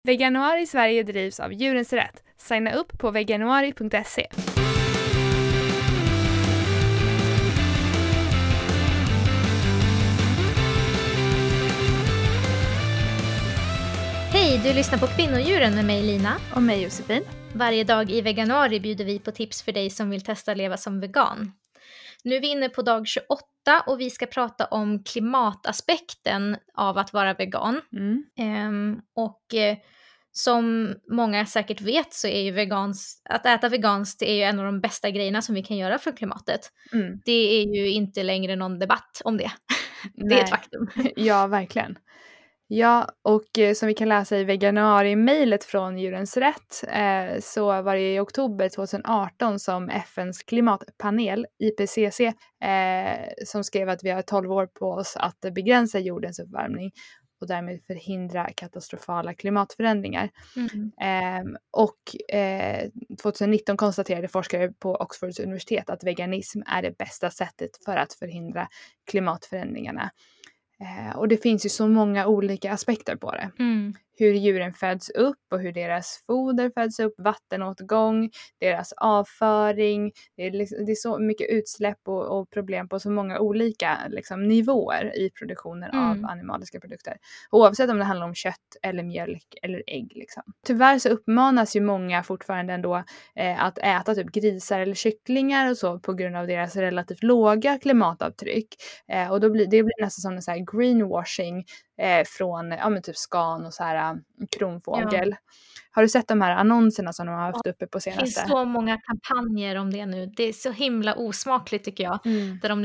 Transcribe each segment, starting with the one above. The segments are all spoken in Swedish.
Veganuari Sverige drivs av Djurens Rätt. Signa upp på veganuari.se. Hej, du lyssnar på Kvinnodjuren med mig Lina. Och mig Josefin. Varje dag i Veganuari bjuder vi på tips för dig som vill testa att leva som vegan. Nu är vi inne på dag 28 och vi ska prata om klimataspekten av att vara vegan. Som många säkert vet så är ju att äta veganskt är ju en av de bästa grejerna som vi kan göra för klimatet. Det är ju inte längre någon debatt om det. Det är ett faktum. Ja, verkligen. Ja, och som vi kan läsa i Veganuari-mejlet från Djurens Rätt så var det i oktober 2018 som FNs klimatpanel, IPCC, som skrev att vi har 12 år på oss att begränsa jordens uppvärmning och därmed förhindra katastrofala klimatförändringar. 2019 konstaterade forskare på Oxfords universitet att veganism är det bästa sättet för att förhindra klimatförändringarna. Och det finns ju så många olika aspekter på det. Hur djuren föds upp och hur deras foder föds upp, vattenåtgång, deras avföring. Det är så mycket utsläpp och problem på så många olika nivåer i produktionen av animaliska produkter. Oavsett om det handlar om kött eller mjölk eller ägg. Tyvärr så uppmanas ju många fortfarande ändå att äta typ grisar eller kycklingar och så på grund av deras relativt låga klimatavtryck. Och då det blir nästan som en så här greenwashing från typ Scan och så här kronfågel. Ja. Har du sett de här annonserna som de har haft uppe på senaste? Det finns så många kampanjer om det nu. Det är så himla osmakligt tycker jag. Där de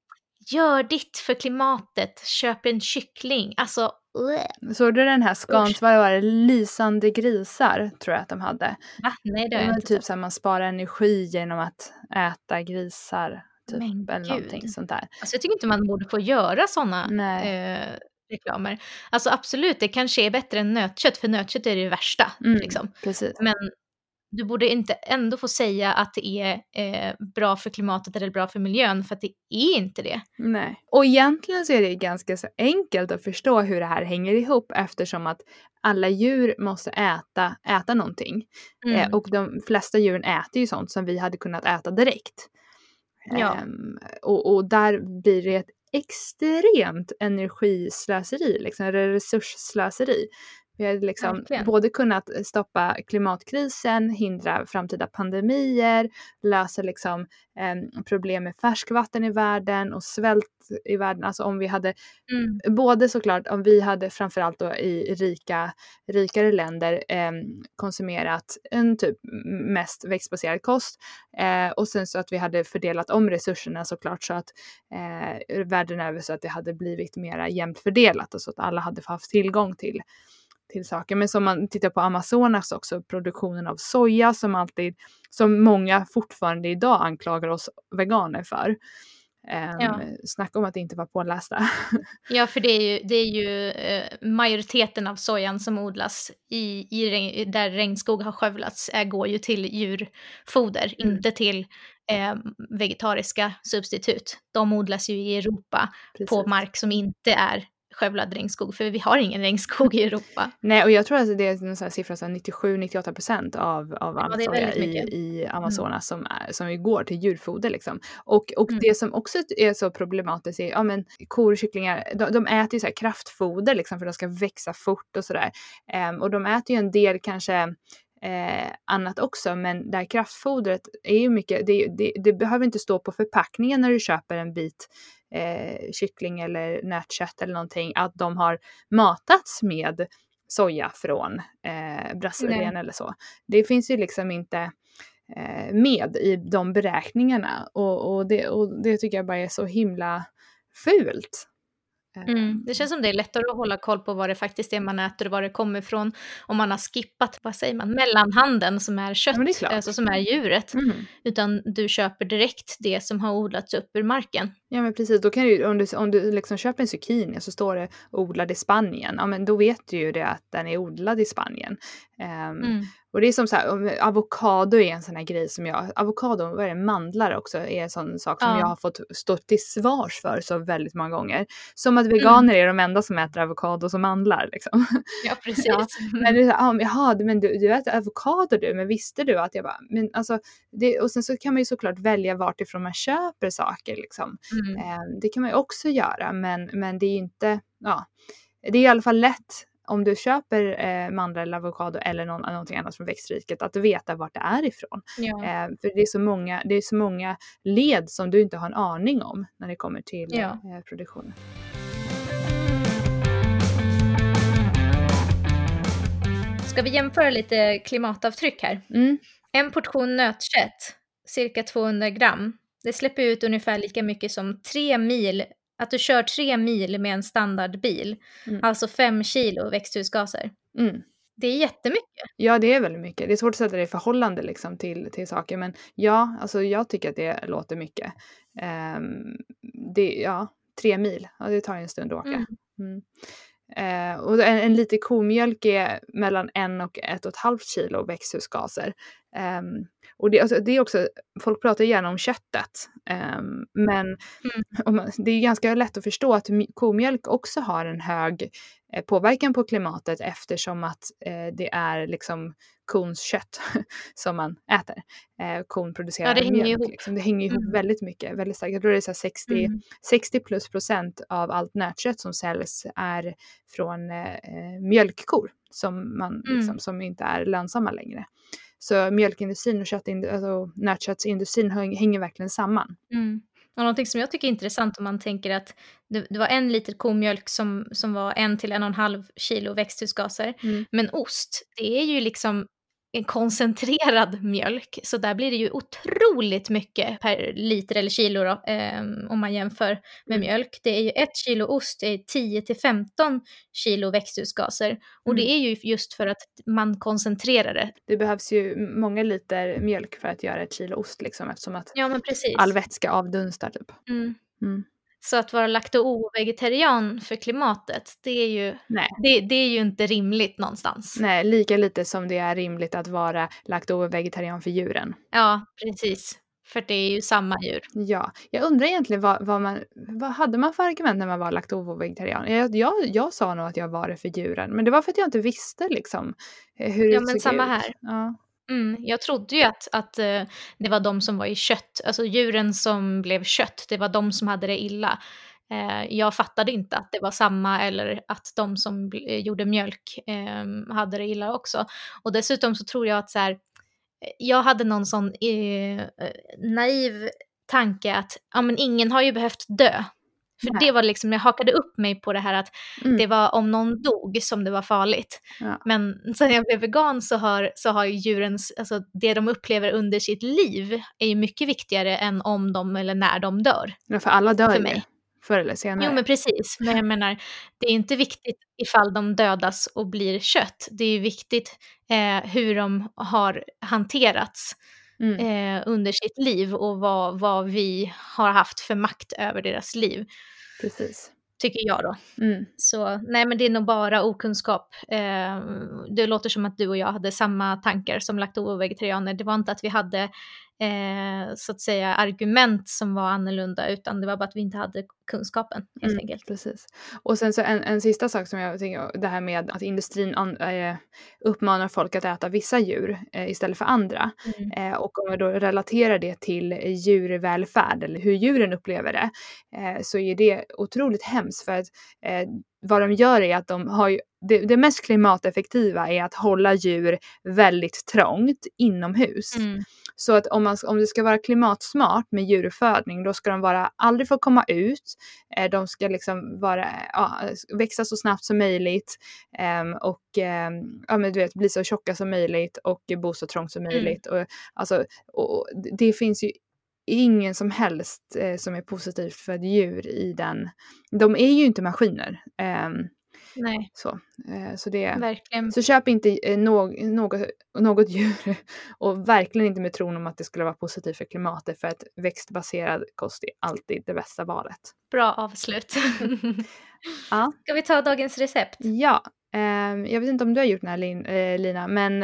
gör ditt för klimatet, köp en kyckling. Alltså, såg du den här Scans, vad var det? Lysande grisar tror jag att de hade. Va? Nej, det är typ så här, man sparar energi genom att äta grisar. Typ, eller någonting sånt där. Alltså, jag tycker inte man borde få göra sådana reklamer. Alltså absolut, det kanske är bättre än nötkött, för nötkött är det värsta. Precis. Men du borde inte ändå få säga att det är bra för klimatet eller bra för miljön, för att det är inte det. Nej. Och egentligen så är det ganska så enkelt att förstå hur det här hänger ihop, eftersom att alla djur måste äta någonting. Och de flesta djuren äter ju sånt som vi hade kunnat äta direkt. Ja. Och där blir det ett extremt energislöseri, resursslöseri. Vi hade både kunnat stoppa klimatkrisen, hindra framtida pandemier, lösa problem med färskvatten i världen och svält i världen. Alltså om vi hade, både såklart om vi hade framförallt då i rikare länder konsumerat en typ mest växtbaserad kost och sen så att vi hade fördelat om resurserna såklart så att världen över så att det hade blivit mera jämnt fördelat och så att alla hade haft tillgång till saker. Men som man tittar på Amazonas också, produktionen av soja som många fortfarande idag anklagar oss veganer för. Snacka om att inte vara pålästa. Ja, för det är ju majoriteten av sojan som odlas där regnskog har skövlats går ju till djurfoder, inte till vegetariska substitut. De odlas ju i Europa på mark som inte är skövlad regnskog, för vi har ingen regnskog i Europa. Nej, och jag tror att det är en sån här siffra som 97-98% av all soja i Amazonas som går till djurfoder Och det som också är så problematiskt är kor och kycklingar, de äter ju så här kraftfoder för att de ska växa fort och sådär. Och de äter ju en del kanske annat också, men det här kraftfodret är ju mycket, det behöver inte stå på förpackningen när du köper en bit kyckling eller nötkött eller någonting, att de har matats med soja från Brasilien eller så. Det finns ju inte med i de beräkningarna och det tycker jag bara är så himla fult. Det känns som det är lättare att hålla koll på vad det faktiskt är man äter och var det kommer ifrån om man har skippat, mellanhanden som är kött, alltså som är djuret. Utan du köper direkt det som har odlats upp ur marken. Ja men precis, då kan du, om du liksom köper en zucchini så står det odlad i Spanien. Ja men då vet du ju det att den är odlad i Spanien. Och det är som så här, avokado är en sån här grej som avokado, vad är det, mandlar också är en sån sak som jag har fått stå till svars för så väldigt många gånger. Som att veganer är de enda som äter avokado som mandlar liksom. Ja precis. Ja, men det är så här, jaha, men du äter avokado du, men visste du att jag bara, men alltså, och sen så kan man ju såklart välja vart ifrån man köper saker liksom. Det kan man ju också göra, men det är inte, det är i alla fall lätt om du köper mandlar eller avokado eller någonting annat från växtriket att du vet vart det är ifrån. Ja. För det är så många led som du inte har en aning om när det kommer till produktionen. Ska vi jämföra lite klimatavtryck här? En portion nötkött, cirka 200 gram, det släpper ut ungefär lika mycket som 3 mil, att du kör 3 mil med en standardbil. Alltså 5 kilo växthusgaser. Det är jättemycket. Ja, det är väldigt mycket. Det är svårt att sätta det i förhållande liksom, till saker. Men ja, alltså, jag tycker att det låter mycket. 3 mil. Ja, det tar en stund att åka. Och en liter komjölk är mellan 1 och 1,5 kilo växthusgaser. Och det är också, folk pratar gärna om köttet. Men det är ganska lätt att förstå att komjölk också har en hög påverkan på klimatet eftersom att det är liksom kons kött som man äter. Kon producerar mjölk. Liksom. Det hänger ihop väldigt mycket, väldigt starkt. Jag tror det är så 60% av allt nötkött som säljs är från mjölkkor som man liksom, som inte är lönsamma längre. Så mjölkindustrin och nötköttsindustrin hänger verkligen samman. Och någonting som jag tycker är intressant om man tänker att det var 1 liter komjölk som var 1 till 1,5 kilo växthusgaser. Men ost, det är ju liksom en koncentrerad mjölk. Så där blir det ju otroligt mycket per liter eller kilo då, om man jämför med mjölk. Det är ju 1 kilo ost, det är 10 till 15 kilo växthusgaser. Och det är ju just för att man koncentrerar det. Det behövs ju många liter mjölk för att göra 1 kilo ost liksom, eftersom att all vätska avdunstar typ. Så att vara lakto-vegetarian för klimatet, det är ju, det är ju inte rimligt någonstans. Nej, lika lite som det är rimligt att vara lakto-vegetarian för djuren. Ja, precis. För det är ju samma djur. Ja, jag undrar egentligen vad hade man för argument när man var lakto-vegetarian? Jag sa nog att jag var det för djuren, men det var för att jag inte visste liksom hur det såg ut. Ja, men samma här. Ja. Jag trodde ju att det var de som var i kött, alltså djuren som blev kött, det var de som hade det illa. Jag fattade inte att det var samma eller att de som gjorde mjölk hade det illa också. Och dessutom så tror jag att så här, jag hade någon sån naiv tanke att men ingen har ju behövt dö. För det var liksom, jag hakade upp mig på det här att det var om någon dog som det var farligt. Ja. Men sen jag blev vegan så har ju djurens, alltså det de upplever under sitt liv är ju mycket viktigare än om de eller när de dör. Ja, för alla dör för ju mig. Förr eller senare. Jo men precis, men jag menar, det är inte viktigt ifall de dödas och blir kött. Det är ju viktigt hur de har hanterats under sitt liv och vad vi har haft för makt över deras liv. Precis. Tycker jag då. Så nej, men det är nog bara okunskap. Det låter som att du och jag hade samma tankar som lakto-vegetarianer. Det var inte att vi hade så att säga argument som var annorlunda, utan det var bara att vi inte hade kunskapen helt enkelt. Precis. Och sen så en sista sak som jag tänker, det här med att industrin uppmanar folk att äta vissa djur istället för andra. Och om jag då relaterar det till djurvälfärd eller hur djuren upplever det, så är det otroligt hemskt, för att vad de gör är att de har ju, det mest klimateffektiva är att hålla djur väldigt trångt inomhus. Så att om det ska vara klimatsmart med djuruppfödning, då ska de aldrig få komma ut. De ska liksom växa så snabbt som möjligt och men du vet, bli så tjocka som möjligt och bo så trångt som möjligt. Och det finns ju ingen som helst som är positivt för ett djur i den. De är ju inte maskiner. Nej. Så det, verkligen. så köp inte något djur och verkligen inte med tron om att det skulle vara positivt för klimatet, för att växtbaserad kost är alltid det bästa valet. Bra avslut. Ja. Ska vi ta dagens recept? Ja. Jag vet inte om du har gjort den här Lina, men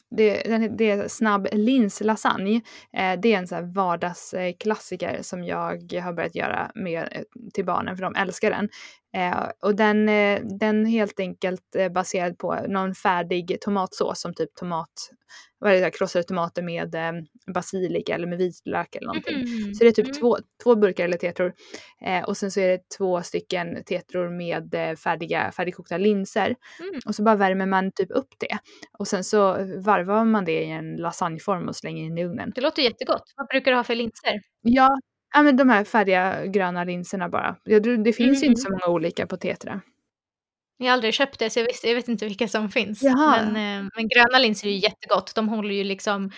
det är snabb linslasagne. Det är en så här vardagsklassiker som jag har börjat göra med till barnen, för de älskar den. Och den helt enkelt baserad på någon färdig tomatsås, som typ krossade tomater med basilika eller med vitlök eller någonting. Så det är typ två burkar eller tetror. Och sen så är det 2 stycken tetror med färdigkokta linser. Och så bara värmer man typ upp det. Och sen så varvar man det i en lasagneform och slänger in i ugnen. Det låter jättegott. Vad brukar du ha för linser? Ja, men de här färdiga gröna linserna bara. Det finns ju inte så många olika på tetra. Jag har aldrig köpt det, så jag vet inte vilka som finns. Jaha. Men gröna linser är ju jättegott. De håller ju liksom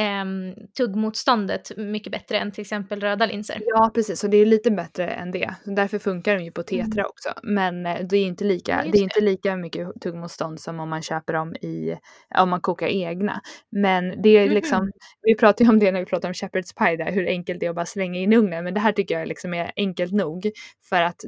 tuggmotståndet mycket bättre än till exempel röda linser. Ja, precis. Och det är lite bättre än det. Så därför funkar de ju på tetra också. Men det är inte lika mycket tuggmotstånd som om man köper dem om man kokar egna. Men det är liksom, vi pratade ju om det när vi pratade om shepherd's pie där, hur enkelt det är att bara slänga in i ugnen. Men det här tycker jag liksom är enkelt nog, för att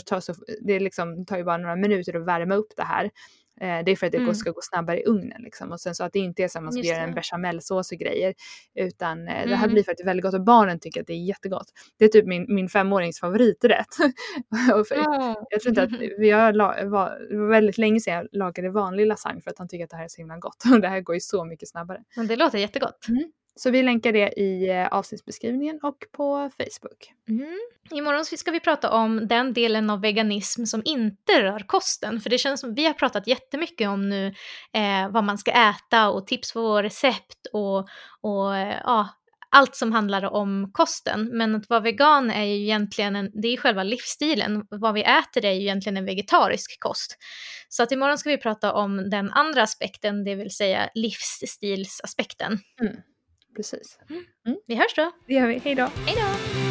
det liksom tar ju bara några minuter att värma upp det här. Det är för att det ska gå snabbare i ugnen liksom. Och sen så att det inte är så att man ska göra en bechamelsås och grejer, utan det här blir faktiskt väldigt gott, och barnen tycker att det är jättegott. Det är typ min 5-årings favoriträtt. Jag tror inte att det var väldigt länge sedan jag lagade vanlig lasagne, för att han tycker att det här är så himla gott, och det här går ju så mycket snabbare. Men det låter jättegott. Så vi länkar det i avsnittsbeskrivningen och på Facebook. Imorgon ska vi prata om den delen av veganism som inte rör kosten. För det känns som vi har pratat jättemycket om nu vad man ska äta och tips på recept och allt som handlar om kosten. Men att vara vegan är ju egentligen det är själva livsstilen. Vad vi äter är ju egentligen en vegetarisk kost. Så att imorgon ska vi prata om den andra aspekten, det vill säga livsstilsaspekten. Precis. Vi hörs då. Det gör vi. Hej då. Hej då.